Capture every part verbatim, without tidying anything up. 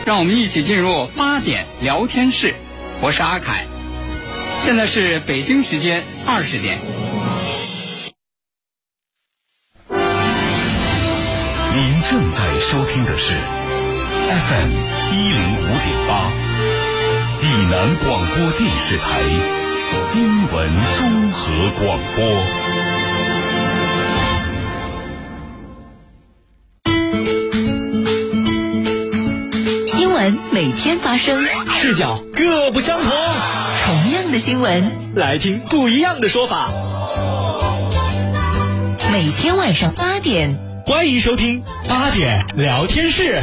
让我们一起进入八点聊天室。我是阿凯，现在是北京时间二十点。 您正在收听的是 F M 一零五点八，济南广播电视台新闻综合广播。 新闻每天发生， 视角各不相同。 同样的新闻， 来听不一样的说法。 每天晚上八点， 欢迎收听八点聊天室。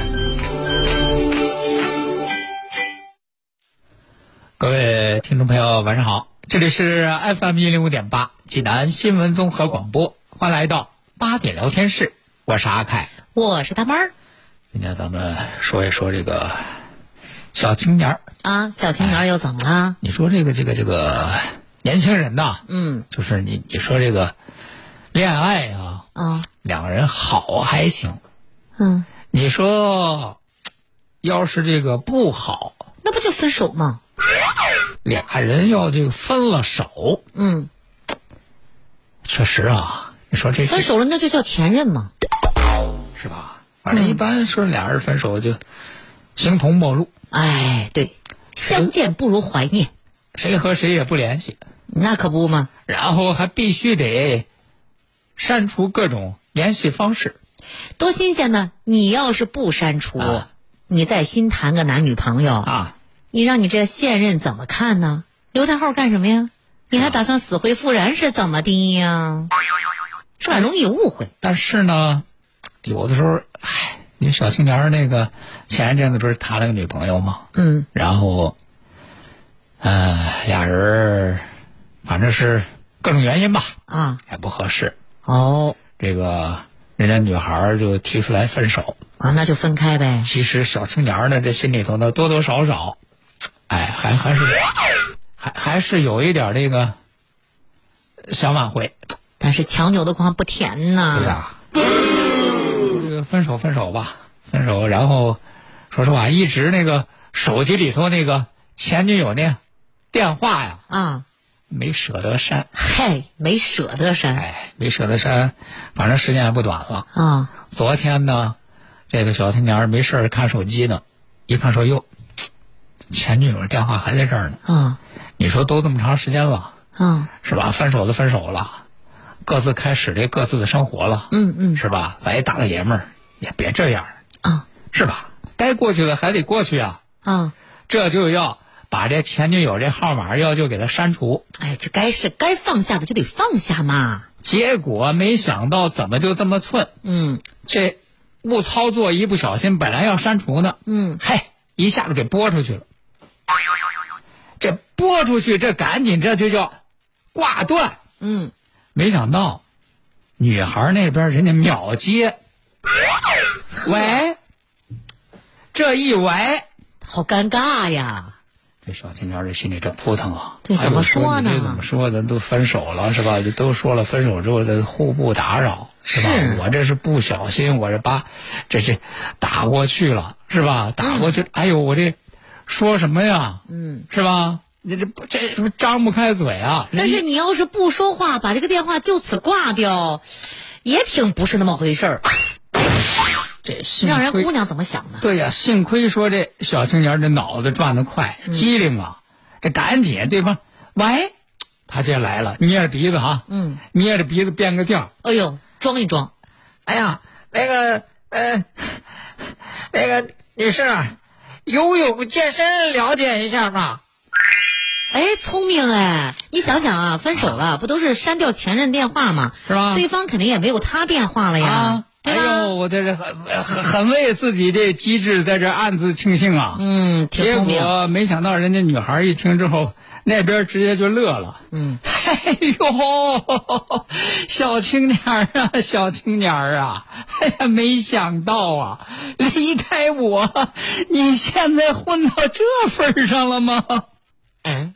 各位听众朋友晚上好，这里是 F M 一零五点八济南新闻综合广播，欢迎来到八点聊天室，我是阿凯， 我是大妹儿。 今天咱们说一说这个小青年啊，小青年又怎么了？ 哎、你说这个这个这个年轻人呐， 嗯， 就是你你说这个恋爱啊， 啊， 两个人好还行， 嗯， 你说要是这个不好， 那不就分手吗？ 俩人要这个分了手， 嗯， 确实啊，你说这分手了那就叫前任嘛， 是吧？反正一般说俩人分手就形同陌路。 哎，对，相见不如怀念， 谁和谁也不联系， 那可不嘛。 然后还必须得删除各种联系方式， 多新鲜呢！你要是不删除，啊、你再新谈个男女朋友啊， 你让你这现任怎么看呢？留他号干什么呀？你还打算死灰复燃是怎么的呀？是吧？容易有误会。 但是呢，有的时候，唉，你小青年那个前一阵子不是谈了个女朋友吗？ 嗯， 然后，呃，俩人反正是各种原因吧， 啊， 也不合适。 哦， 这个人家女孩就提出来分手啊，那就分开呗。 其实小青年呢，这心里头呢多多少少，哎，还还是还还是有一点这个想挽回， 但是强扭的瓜不甜呐。 对呀。这个分手分手吧，分手，然后说实话，一直那个手机里头那个前女友那电话呀， 啊， 没舍得删。 嘿，没舍得删。 哎，没舍得删，反正时间也不短了啊。 昨天呢，这个小青年没事看手机呢，一看说哟，前女友的电话还在这儿呢。 啊， 你说都这么长时间了， 啊， 是吧？分手的分手了。各自开始这各自的生活了， 嗯嗯， 是吧？咱一大老爷们儿也别这样啊， 是吧？该过去的还得过去啊， 啊， 这就要把这前女友这号码要就给他删除。 哎，这该是该放下的就得放下嘛。 结果没想到怎么就这么寸， 嗯， 这误操作一不小心，本来要删除呢， 嗯， 嘿，一下子给拨出去了。这拨出去，这赶紧这就叫挂断， 嗯。 没想到，女孩那边人家秒接，喂，这一喂， 好尴尬呀！ 这小青年这心里这扑腾啊！ 对，怎么说呢？ 这怎么说？咱都分手了是吧？就都说了分手之后咱互不打扰是吧？ 是我这是不小心，我这把这这打过去了是吧？打过去，嗯、哎呦，我这说什么呀？ 嗯， 是吧？你这不这不张不开嘴啊！ 但是你要是不说话，把这个电话就此挂掉，也挺不是那么回事儿。 这让人姑娘怎么想呢？ 对呀、啊，幸亏说这小青年这脑子转得快， 嗯、 机灵啊！这赶紧对方喂，他这来了，捏着鼻子哈， 嗯， 捏着鼻子变个调。 哎呦，装一装。 哎呀，那个呃，那个女士，游泳健身了解一下吧。 哎，聪明哎！你想想啊，分手了不都是删掉前任电话吗？ 是吧？ 对方肯定也没有他电话了呀。 啊、哎呦，我这是很很很为自己这机智在这暗自庆幸啊。 嗯，挺聪明。 结果没想到人家女孩一听之后，那边直接就乐了。 嗯， 哎呦，小青年啊，小青年啊，哎呀，没想到啊，离开我，你现在混到这份上了吗？ 嗯。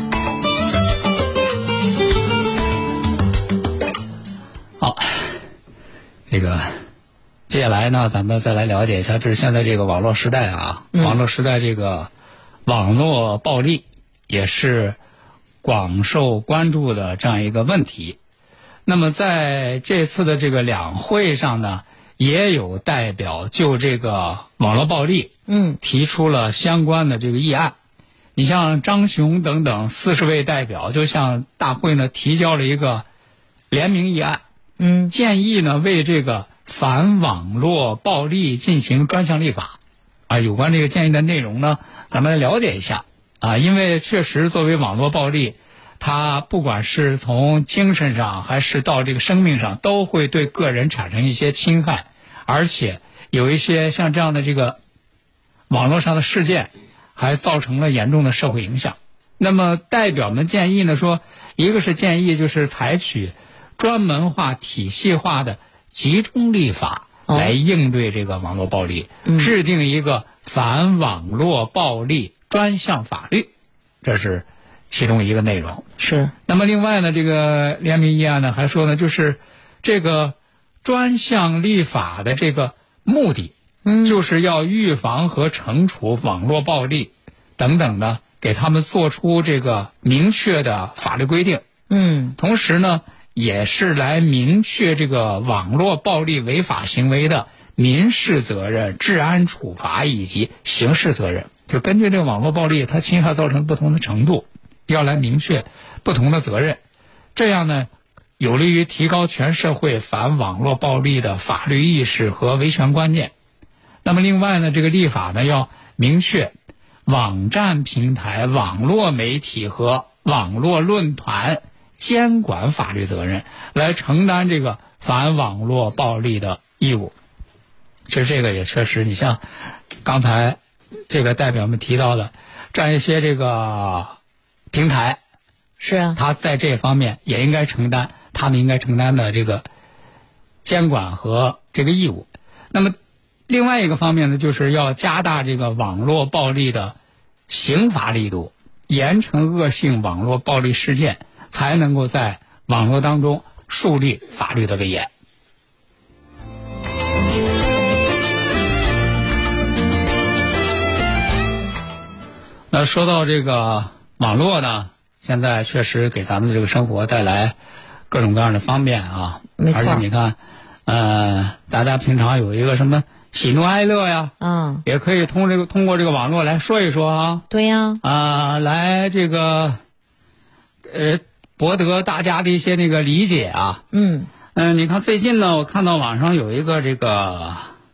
好， 这个接下来呢，咱们再来了解一下，就是现在这个网络时代啊， 嗯、 网络时代这个网络暴力也是广受关注的这样一个问题。那么在这次的这个两会上呢，也有代表就这个网络暴力， 嗯， 提出了相关的这个议案。你像张雄等等四十位代表就向大会呢提交了一个联名议案， 嗯， 建议呢为这个反网络暴力进行专项立法。啊，有关这个建议的内容呢，咱们来了解一下啊，因为确实作为网络暴力，它不管是从精神上还是到这个生命上，都会对个人产生一些侵害，而且有一些像这样的这个网络上的事件，还造成了严重的社会影响。那么代表们建议呢说，一个是建议就是采取专门化、体系化的集中立法来应对这个网络暴力， 嗯、 制定一个反网络暴力专项法律，这是其中一个内容。 是。 那么另外呢，这个联名议案呢还说呢，就是这个专项立法的这个目的， 嗯， 就是要预防和惩处网络暴力等等的，给他们做出这个明确的法律规定。 嗯， 同时呢，也是来明确这个网络暴力违法行为的民事责任、治安处罚以及刑事责任。就根据这个网络暴力它侵害造成不同的程度，要来明确不同的责任，这样呢有利于提高全社会反网络暴力的法律意识和维权观念。那么另外呢，这个立法呢要明确网站平台、网络媒体和网络论坛监管法律责任，来承担这个反网络暴力的义务。其实这个也确实，你像刚才这个代表们提到的这样一些这个平台， 是啊， 他在这方面也应该承担他们应该承担的这个监管和这个义务。那么另外一个方面呢，就是要加大这个网络暴力的刑罚力度，严惩恶性网络暴力事件，才能够在网络当中树立法律的威严。那说到这个网络呢，现在确实给咱们这个生活带来各种各样的方便啊。 没错。 而且你看，呃，大家平常有一个什么喜怒哀乐呀， 嗯， 也可以通这个通过这个网络来说一说啊。 对呀。 啊、呃，来这个呃博得大家的一些那个理解啊。 嗯嗯、呃，你看最近呢，我看到网上有一个这个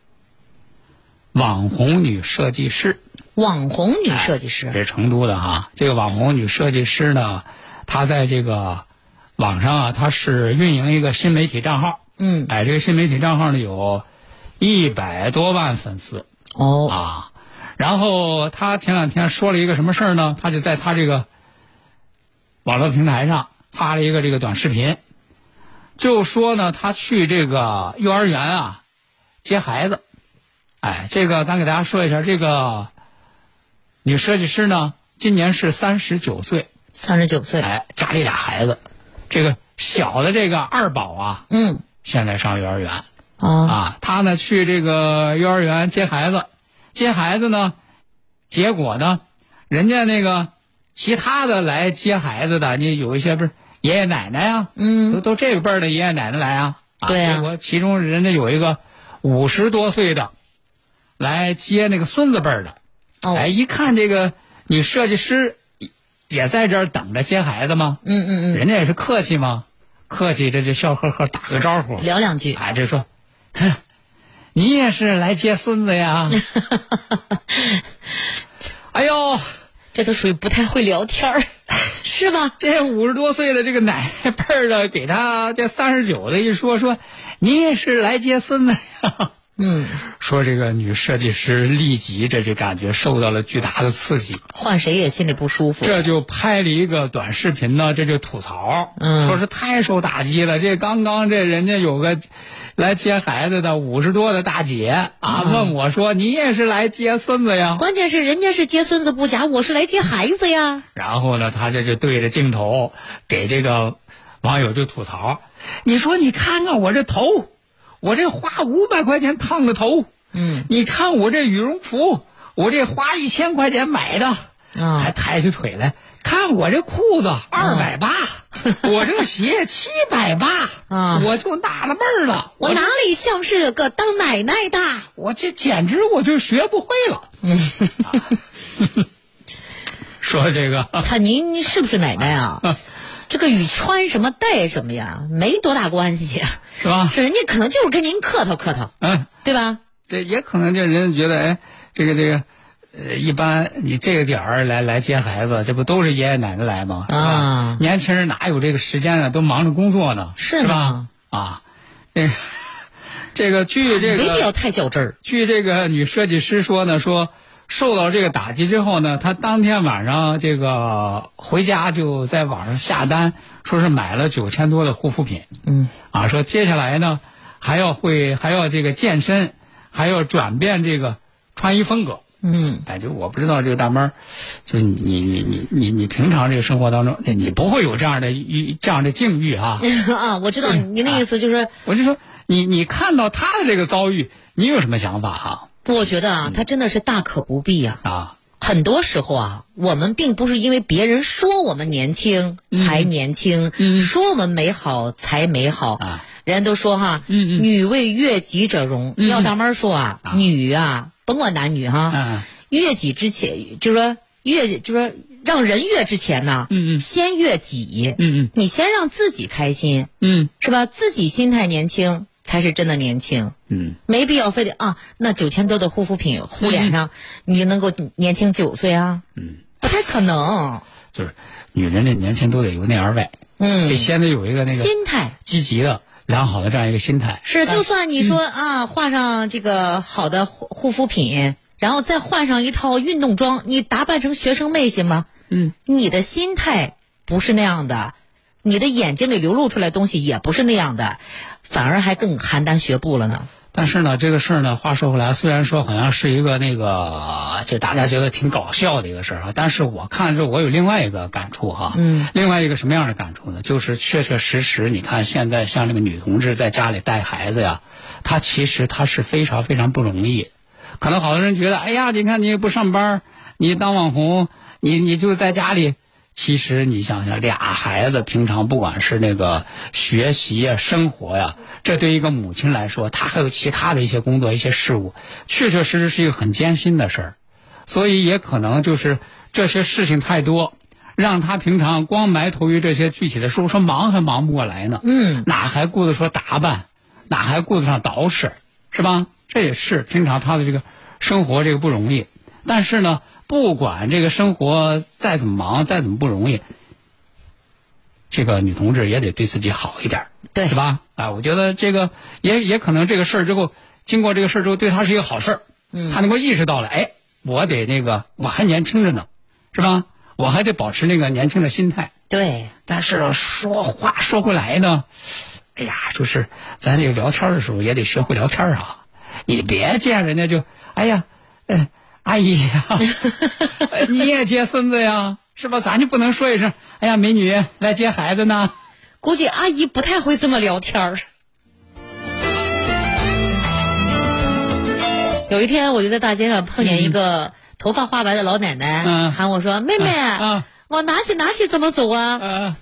网红女设计师。 网红女设计师， 这是成都的哈。这个网红女设计师呢，她在这个网上啊，她是运营一个新媒体账号。 嗯， 哎，这个新媒体账号呢有一百多万粉丝。 哦啊，然后她前两天说了一个什么事儿呢？她就在她这个网络平台上发了一个这个短视频，就说呢，她去这个幼儿园啊接孩子。哎，这个咱给大家说一下，这个女设计师呢，今年是三十九岁， 三十九岁， 哎，家里俩孩子，这个小的这个二宝啊， 嗯， 现在上幼儿园， 啊啊，她呢去这个幼儿园接孩子，接孩子呢，结果呢，人家那个其他的来接孩子的，你有一些不是爷爷奶奶呀， 嗯， 都都这个辈儿的爷爷奶奶来啊，啊对啊， 结果其中人家有一个五十多岁的来接那个孙子辈儿的。 哦， 哎，一看这个女设计师也在这儿等着接孩子吗？ 嗯嗯嗯， 人家也是客气吗？客气，这就笑呵呵打个招呼， 聊两句。 哎，这说，你也是来接孙子呀？哎呦， 这都属于不太会聊天儿，是吧？ 这五十多岁的这个奶奶辈儿的，给他这三十九的一说说，你也是来接孙子呀？ 嗯， 说这个女设计师立即这就感觉受到了巨大的刺激， 换谁也心里不舒服。 这就拍了一个短视频呢，这就吐槽， 嗯， 说是太受打击了。这刚刚这人家有个来接孩子的五十多的大姐啊， 嗯、 问我说：“你也是来接孙子呀？” 关键是人家是接孙子不假，我是来接孩子呀。 然后呢，他这就对着镜头给这个网友就吐槽：“你说你看看我这头。” 我这花五百块钱烫个头， 嗯， 你看我这羽绒服，我这花一千块钱买的， 啊还抬起腿来，看我这裤子二百八，我这鞋七百八， 啊我就纳了闷儿了， 我哪里像是个当奶奶的？ 我这简直我就学不会了。嗯，啊、说这个， 看您是不是奶奶啊？这个与穿什么戴什么呀，没多大关系， 是吧？ 是人家可能就是跟您客套客套， 嗯， 对吧？ 这也可能就人家觉得，哎，这个这个，呃，一般你这个点儿来来接孩子，这不都是爷爷奶奶来吗？ 啊， 年轻人哪有这个时间啊？都忙着工作呢， 是是吧？啊，这个这个据这个没必要太较真儿。 据这个女设计师说呢，说受到这个打击之后呢，她当天晚上这个回家就在网上下单，说是买了九千多的护肤品。 嗯， 啊，说接下来呢还要会还要这个健身，还要转变这个穿衣风格。 嗯， 哎，就我不知道这个大妹儿，就是你你你你你平常这个生活当中，你不会有这样的遇这样的境遇啊。 啊，我知道您的意思就是， 我就说你你看到他的这个遭遇，你有什么想法哈？ 我觉得啊，他真的是大可不必呀。 啊， 很多时候啊，我们并不是因为别人说我们年轻才年轻， 嗯、 说我们美好才美好。 啊， 人家都说哈， 嗯嗯女为悦己者容。 嗯、 廖大妹说啊，啊女啊，甭管男女哈， 嗯、 悦己之前，就是说悦，就是说让人悦之前呢， 嗯嗯， 先悦己。 嗯嗯， 你先让自己开心， 嗯， 是吧？自己心态年轻。才是真的年轻， 嗯， 没必要非得啊，那九千多的护肤品糊脸上，嗯、你能够年轻九岁啊？ 嗯， 不太可能。 就是女人这年轻都得由内而外， 嗯， 得先得有一个那个心态积极的、良好的这样一个心态。 是，就算你说、嗯、啊，画上这个好的护护肤品，然后再换上一套运动装，你打扮成学生妹行吗？ 嗯， 你的心态不是那样的。你的眼睛里流露出来的东西也不是那样的，反而还更邯郸学步了呢。 但是呢，这个事儿呢，话说回来，虽然说好像是一个那个，就大家觉得挺搞笑的一个事儿啊，但是我看着我有另外一个感触哈。 嗯。 另外一个什么样的感触呢？就是确确实实，你看现在像这个女同志在家里带孩子呀，她其实她是非常非常不容易。可能好多人觉得，哎呀，你看你也不上班，你当网红，你你就在家里。其实你想想，俩孩子平常不管是那个学习呀、生活呀，这对一个母亲来说，她还有其他的一些工作、一些事务，确确实实是一个很艰辛的事儿。所以也可能就是这些事情太多，让她平常光埋头于这些具体的事务，说忙还忙不过来呢。 嗯， 哪还顾得说打扮，哪还顾得上捯饬，是吧？这也是平常她的这个生活这个不容易。但是呢，不管这个生活再怎么忙，再怎么不容易，这个女同志也得对自己好一点， 对， 是吧？啊，我觉得这个也也可能这个事儿之后，经过这个事儿之后，对她是一个好事儿。 嗯， 她能够意识到了，哎，我得那个，我还年轻着呢，是吧？我还得保持那个年轻的心态。 对， 但是说话说回来呢，哎呀，就是咱这个聊天的时候也得学会聊天啊，你别见人家就，哎呀，嗯。阿姨呀，你也接孙子呀，是吧？咱就不能说一声，哎呀，美女来接孩子呢？ 估计阿姨不太会这么聊天儿。有一天，我就在大街上碰见一个头发花白的老奶奶， 嗯、 喊我说：“妹妹， 啊、 往拿起拿起怎么走啊？” 啊、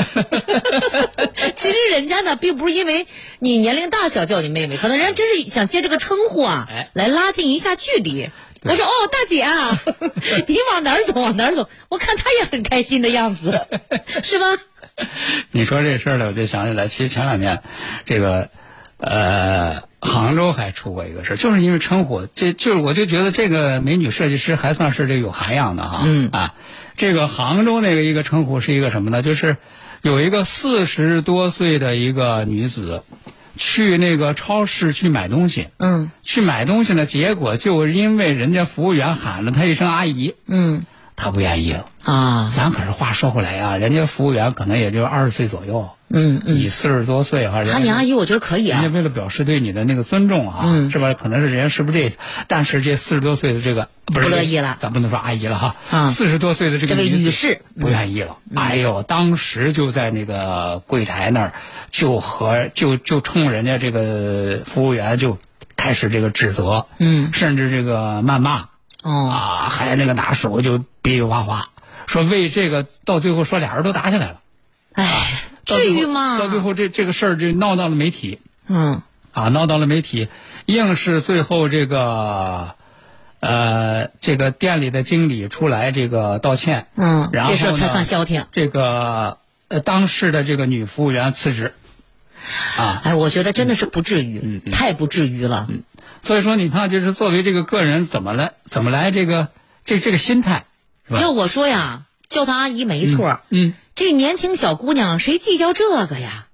其实人家呢，并不是因为你年龄大小叫你妹妹，可能人家真是想借这个称呼啊， 哎、 来拉近一下距离。我说哦，大姐啊，你往哪儿走往哪儿走，我看她也很开心的样子，是吧？ 你说这事儿呢，我就想起来，其实前两天，这个呃，杭州还出过一个事，就是因为称呼，这就是我就觉得这个美女设计师还算是这有涵养的哈。 嗯啊，这个杭州那个一个称呼是一个什么呢？就是有一个四十多岁的一个女子。去那个超市去买东西， 嗯， 去买东西呢，结果就因为人家服务员喊了她一声阿姨， 嗯， 她不愿意了， 啊。 咱可是话说回来啊，人家服务员可能也就二十岁左右， 嗯嗯， 你四十多岁哈， 喊你阿姨我觉得可以啊。 人家为了表示对你的那个尊重啊， 嗯， 是吧？可能是人家是不是这意思？但是这四十多岁的这个不是不乐意了， 咱不能说阿姨了哈。 啊， 四十多岁的这个这位女士不愿意了。嗯、哎呦，当时就在那个柜台那儿，就和就就冲人家这个服务员就开始这个指责， 嗯， 甚至这个谩骂， 哦啊，还那个拿手就比比划划，说为这个到最后说俩人都打起来了。 哎。 啊至于吗？ 到最后这这个事儿就闹到了媒体， 嗯， 啊，闹到了媒体，硬是最后这个，呃，这个店里的经理出来这个道歉， 嗯， 然后这事儿才算消停。 这个呃，当时的这个女服务员辞职，啊， 哎，我觉得真的是不至于， 嗯嗯、 太不至于了。 嗯，所以说你看，就是作为这个个人怎么来怎么来这个这这个心态，是吧？ 要我说呀，叫她阿姨没错， 嗯。嗯， 这年轻小姑娘谁计较这个呀？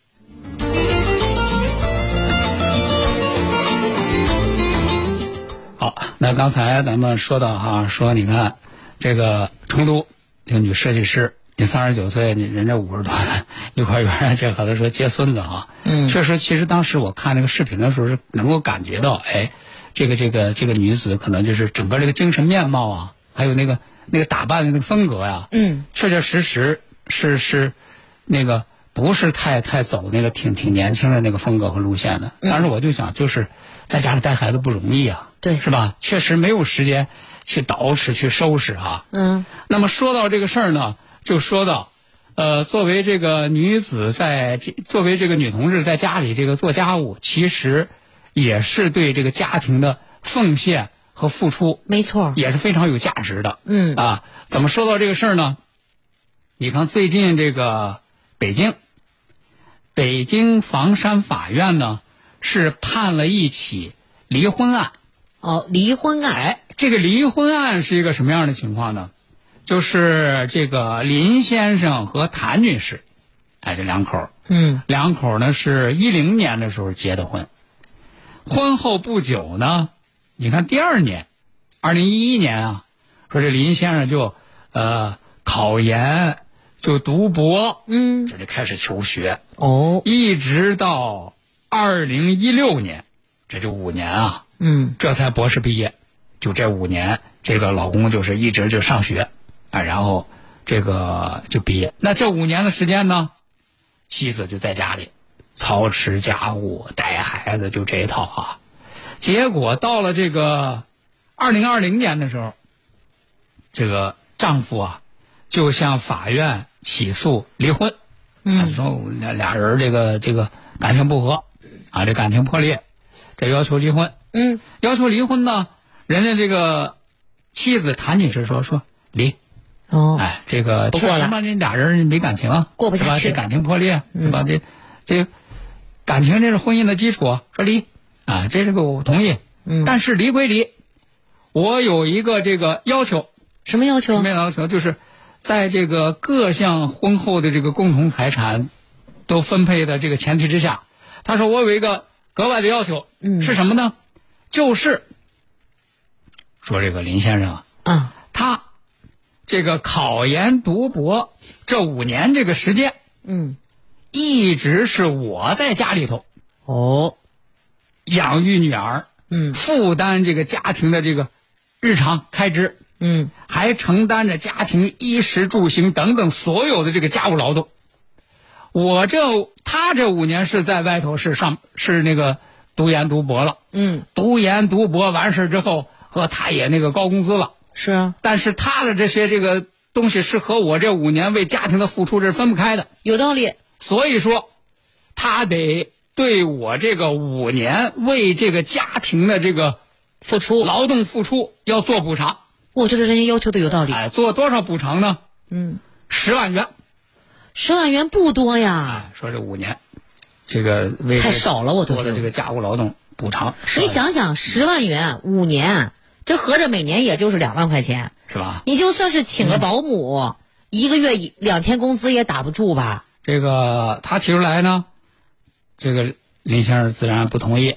好，那刚才咱们说到哈，说你看这个成都这个女设计师，你三十九岁，你人家五十多，一块园这可能说接孙子哈。 嗯， 确实，其实当时我看那个视频的时候是能够感觉到，哎，这个这个这个女子可能就是整个这个精神面貌啊，还有那个那个打扮的那个风格呀， 嗯， 确确实实是是那个不是太太走那个挺挺年轻的那个风格和路线的。但是我就想，就是在家里带孩子不容易啊。 对， 是吧？确实没有时间去捯饬、去收拾啊。 嗯。 那么说到这个事儿呢，就说到，呃，作为这个女子在这，作为这个女同志在家里这个做家务，其实也是对这个家庭的奉献和付出， 没错， 也是非常有价值的。 嗯。 啊，怎么说到这个事儿呢？你看最近这个北京，北京房山法院呢是判了一起离婚案。 哦，离婚案。 哎，这个离婚案是一个什么样的情况呢？就是这个林先生和谭女士，哎，这两口， 嗯， 两口呢是一零年的时候结的婚，婚后不久呢，你看第二年，二零一一年啊，说这林先生就呃考研就读博， 嗯， 这就开始求学， 哦， 一直到二零一六年，这就五年啊。 嗯， 这才博士毕业，就这五年，这个老公就是一直就上学，啊，然后这个就毕业。那这五年的时间呢，妻子就在家里操持家务、带孩子，就这一套啊。结果到了这个二零二零年的时候，这个丈夫啊就向法院起诉离婚， 嗯， 说俩俩人这个这个感情不和，啊，这感情破裂，这要求离婚。 嗯， 要求离婚呢，人家这个妻子谭女士说说离， 哦， 哎，这个确实嘛，这俩人没感情， 过不下去， 是吧？这感情破裂， 嗯、 是吧？这这感情这是婚姻的基础，说离啊，这是个我同意， 嗯， 但是离归离，我有一个这个要求， 什么要求？ 什么要求？就是在这个各项婚后的这个共同财产都分配的这个前提之下，他说我有一个格外的要求， 嗯， 是什么呢？就是说这个林先生啊， 嗯， 他这个考研读博这五年这个时间， 嗯， 一直是我在家里头， 哦， 养育女儿， 嗯， 负担这个家庭的这个日常开支， 嗯， 还承担着家庭衣食住行等等所有的这个家务劳动。我这他这五年是在外头是上是那个读研读博了， 嗯， 读研读博完事之后，和他也那个高工资了， 是啊， 但是他的这些这个东西是和我这五年为家庭的付出是分不开的， 有道理。 所以说，他得对我这个五年为这个家庭的这个付出劳动付出要做补偿。 我觉得人家要求的有道理。 哎，做多少补偿呢？ 嗯， 十万元。 十万元不多呀。 哎，说这五年，这个为太少了，我都做的这个家务劳动补偿。 你想想，十万元五年，这合着每年也就是两万块钱， 是吧？ 你就算是请个保姆，嗯、一个月两千工资也打不住吧？ 这个他提出来呢，这个林先生自然不同意。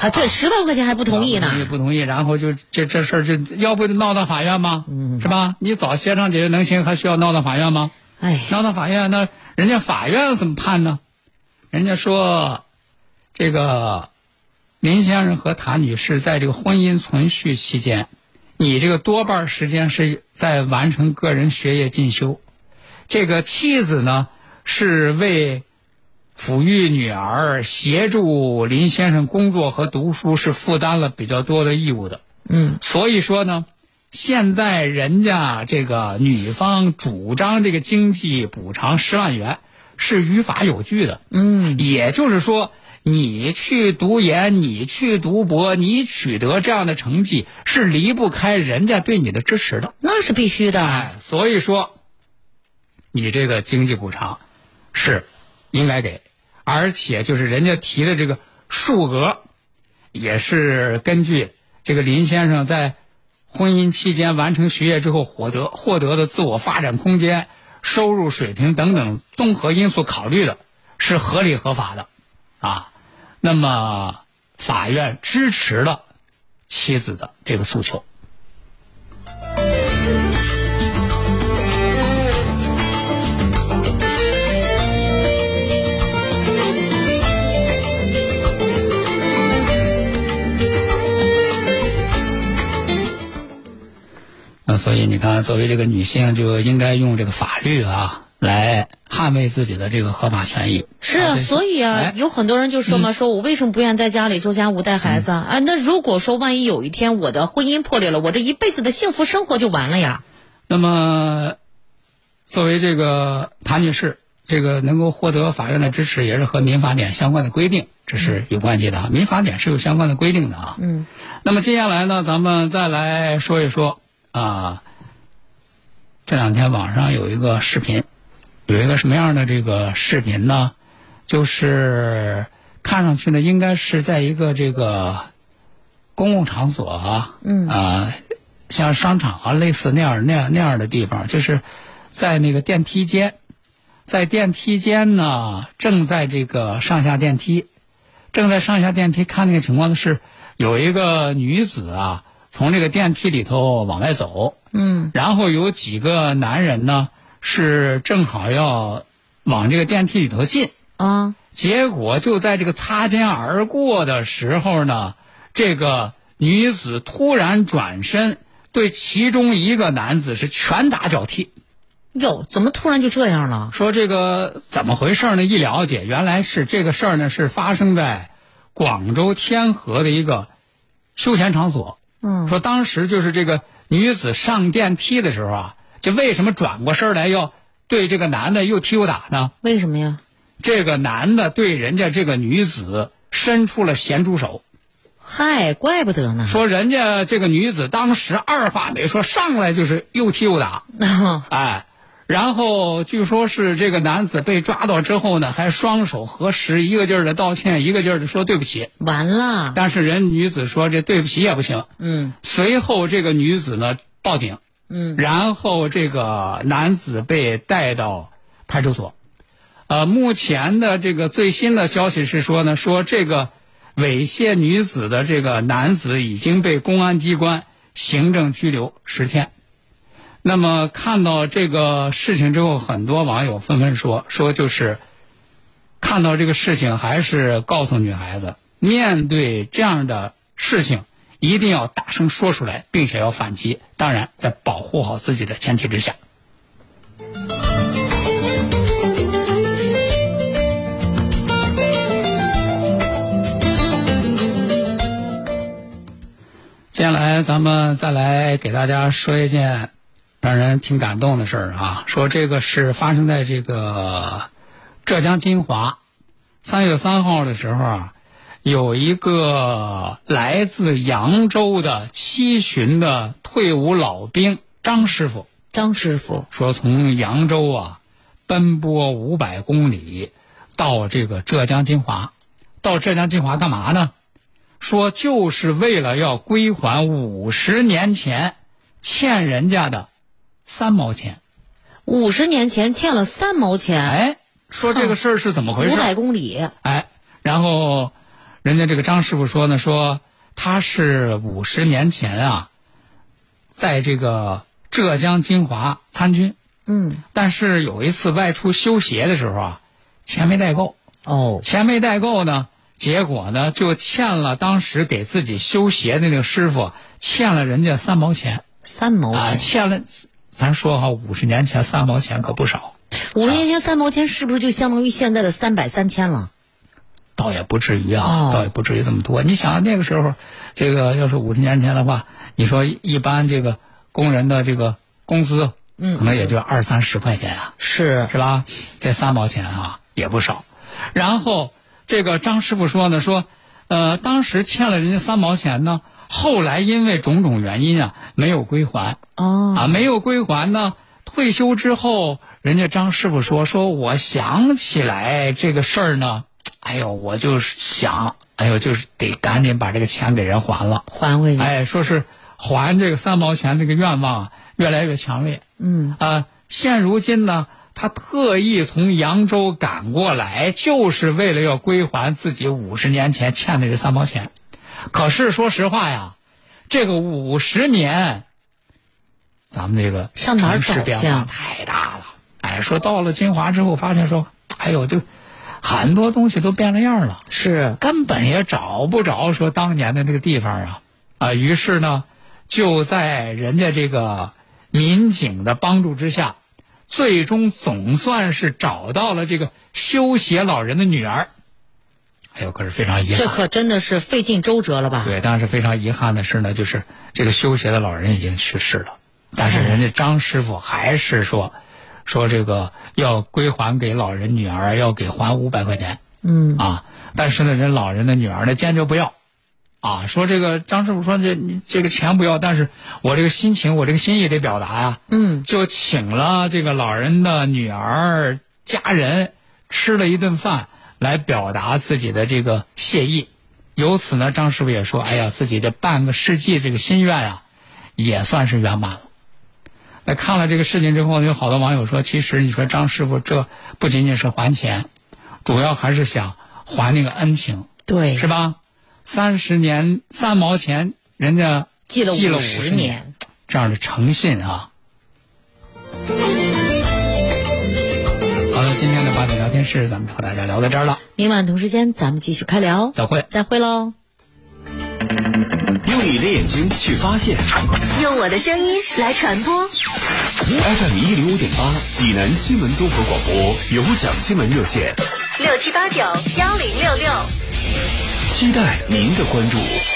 还这十万块钱还不同意呢？ 不同意，不同意，然后就这这事儿就要不就闹到法院吗？嗯，是吧？你早协商解决能行，还需要闹到法院吗？ 哎， 闹到法院，那人家法院怎么判呢？人家说，这个林先生和谭女士在这个婚姻存续期间，你这个多半时间是在完成个人学业进修，这个妻子呢是为抚育女儿、协助林先生工作和读书是负担了比较多的义务的。 嗯， 所以说呢，现在人家这个女方主张这个经济补偿十万元是于法有据的。 嗯， 也就是说，你去读研，你去读博，你取得这样的成绩是离不开人家对你的支持的。 那是必须的。 哎，所以说，你这个经济补偿是应该给，而且就是人家提的这个数额，也是根据这个林先生在婚姻期间完成学业之后获得获得的自我发展空间、收入水平等等综合因素考虑的，是合理合法的，啊，那么法院支持了妻子的这个诉求。那所以你看，作为这个女性就应该用这个法律啊来捍卫自己的这个合法权益。 是啊，所以啊、哎，有很多人就说嘛、嗯，说我为什么不愿意在家里做家务带孩子啊？嗯、啊，那如果说万一有一天我的婚姻破裂了，我这一辈子的幸福生活就完了呀。 那么，作为这个谭女士，这个能够获得法院的支持，也是和民法典相关的规定，这是有关系的。民法典是有相关的规定的啊。 嗯。 那么接下来呢，咱们再来说一说。啊，这两天网上有一个视频，有一个什么样的这个视频呢？就是看上去呢，应该是在一个这个公共场所啊， 嗯啊，像商场啊，类似那样那样那样的地方，就是在那个电梯间，在电梯间呢，正在这个上下电梯，正在上下电梯看那个情况的是有一个女子啊。从这个电梯里头往外走， 嗯， 然后有几个男人呢，是正好要往这个电梯里头进啊， 结果就在这个擦肩而过的时候呢，这个女子突然转身，对其中一个男子是拳打脚踢。 哟，怎么突然就这样了？ 说这个怎么回事呢？一了解，原来是这个事儿呢是发生在广州天河的一个休闲场所。 嗯， 说当时就是这个女子上电梯的时候啊，就为什么转过身来要对这个男的又踢又打呢？ 为什么呀？ 这个男的对人家这个女子伸出了咸猪手。 嗨，怪不得呢。 说人家这个女子当时二话没说，上来就是又踢又打。哎，然后据说是这个男子被抓到之后呢，还双手合十，一个劲儿的道歉，一个劲儿的说对不起。 完了。 但是人女子说这对不起也不行。 嗯。 随后这个女子呢报警。 嗯。 然后这个男子被带到派出所。呃，目前的这个最新的消息是说呢，说这个猥亵女子的这个男子已经被公安机关行政拘留十天。那么看到这个事情之后，很多网友纷纷说说就是看到这个事情，还是告诉女孩子，面对这样的事情一定要大声说出来，并且要反击，当然在保护好自己的前提之下。接下来咱们再来给大家说一件让人挺感动的事儿啊，说这个是发生在这个浙江金华，三月三号的时候啊，有一个来自扬州的七旬的退伍老兵张师傅， 张师傅说从扬州啊奔波五百公里到这个浙江金华，到浙江金华干嘛呢？说就是为了要归还五十年前欠人家的三毛钱。 五十年前欠了三毛钱？ 哎，说这个事儿是怎么回事？ 五百公里。 哎，然后人家这个张师傅说呢，说他是五十年前啊，在这个浙江金华参军， 嗯， 但是有一次外出修鞋的时候啊，钱没带够， 哦， 钱没带够呢，结果呢就欠了当时给自己修鞋的那个师傅欠了人家三毛钱， 三毛钱， 啊、欠了，咱说哈，五十年前三毛钱可不少。 五十年前三毛钱是不是就相当于现在的三百三千了？ 倒也不至于啊， 哦、 倒也不至于这么多。你想那个时候，这个要是五十年前的话，你说一般这个工人的这个工资， 嗯， 可能也就二三十块钱啊， 是是吧？这三毛钱啊也不少。然后这个张师傅说呢，说呃当时欠了人家三毛钱呢，后来因为种种原因啊没有归还， 哦啊没有归还呢，退休之后，人家张师傅说说我想起来这个事儿呢。哎呦，我就是想，哎呦，就是得赶紧把这个钱给人还了， 还回去。 哎，说是还这个三毛钱这个愿望啊，越来越强烈。 嗯啊、呃，现如今呢，他特意从扬州赶过来，就是为了要归还自己五十年前欠的这三毛钱。可是说实话呀，这个五十年，咱们这个上哪儿城市找去变化太大了。哎，说到了金华之后，发现说，哎呦，就。很多东西都变了样了， 是根本也找不着说当年的那个地方啊啊！于是呢，就在人家这个民警的帮助之下，最终总算是找到了这个修鞋老人的女儿。哎呦，可是非常遗憾， 这可真的是费尽周折了吧？ 对，但是非常遗憾的是呢，就是这个修鞋的老人已经去世了，但是人家张师傅还是说。说这个要归还给老人女儿，要给还五百块钱， 嗯啊，但是呢，人老人的女儿呢坚决不要，啊，说这个张师傅说这你这个钱不要，但是我这个心情，我这个心意得表达呀， 嗯， 就请了这个老人的女儿家人吃了一顿饭，来表达自己的这个谢意。由此呢，张师傅也说，哎呀，自己这半个世纪这个心愿啊，也算是圆满了。那看了这个事情之后呢，有好多网友说，其实你说张师傅这不仅仅是还钱，主要还是想还那个恩情， 对， 是吧？三十年三毛钱，人家记了五记了五十十年， 这样的诚信啊。好了，今天的八点聊天室，咱们和大家聊到这儿了。 明晚同时间，咱们继续开聊， 再会， 再会喽。 用你的眼睛去发现， 用我的声音来传播。 F M 一零五点八，济南新闻综合广播有奖新闻热线六七八九幺零六六， 期待您的关注。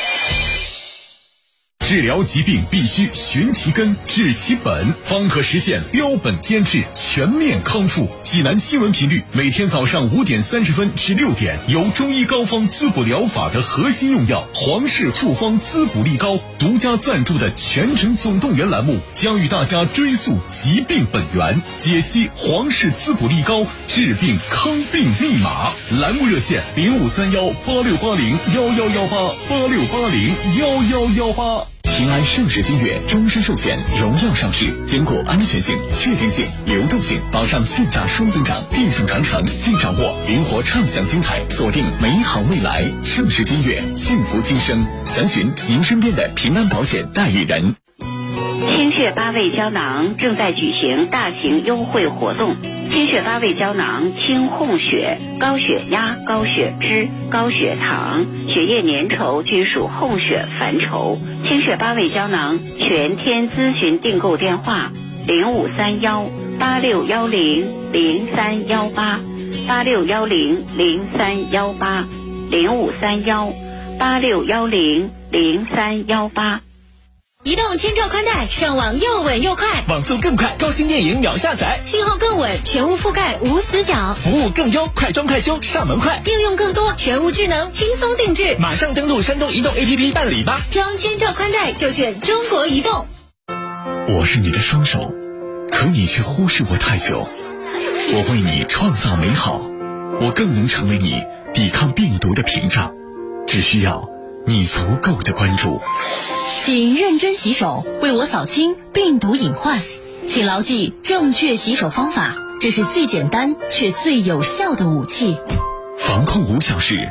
治疗疾病必须寻其根、治其本，方可实现标本兼治、全面康复。济南新闻频率每天早上五点三十分至六点，由中医膏方滋补疗法的核心用药皇氏复方滋补力膏独家赞助的全程总动员栏目，将与大家追溯疾病本源，解析皇氏滋补力膏治病康病密码。栏目热线零五三幺八六八零幺幺幺八八六八零幺幺幺八。平安盛世金悦终身寿险荣耀上市，兼顾安全性、确定性、流动性，保障现价双增长，定向传承，尽掌握灵活畅享精彩，锁定美好未来。盛世金悦，幸福今生。详询您身边的平安保险代理人。 清血八味胶囊正在举行大型优惠活动。清血八味胶囊清红血，高血压、高血脂、高血糖、血液粘稠均属红血范畴。清血八味胶囊全天咨询订购电话：零五三幺八六幺零零三幺八八六幺零零三幺八零五三幺八六幺零零三幺八。 移动千兆宽带，上网又稳又快， 网速更快，高清电影秒下载， 信号更稳，全屋覆盖无死角， 服务更优，快装快修上门快， 应用更多，全屋智能轻松定制。 马上登录山东移动 A P P 办理吧。 装千兆宽带就选中国移动。 我是你的双手，可你却忽视我太久。我为你创造美好，我更能成为你抵抗病毒的屏障，只需要你足够的关注。 请认真洗手，为我扫清病毒隐患。请牢记正确洗手方法，这是最简单却最有效的武器。 防控无小事，操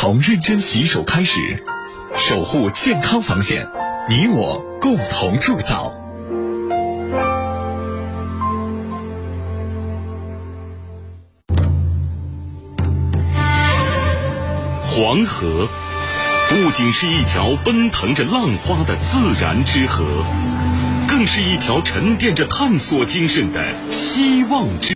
从认真洗手开始，守护健康防线，你我共同铸造。黄河不仅是一条奔腾着浪花的自然之河，更是一条沉淀着探索精神的希望之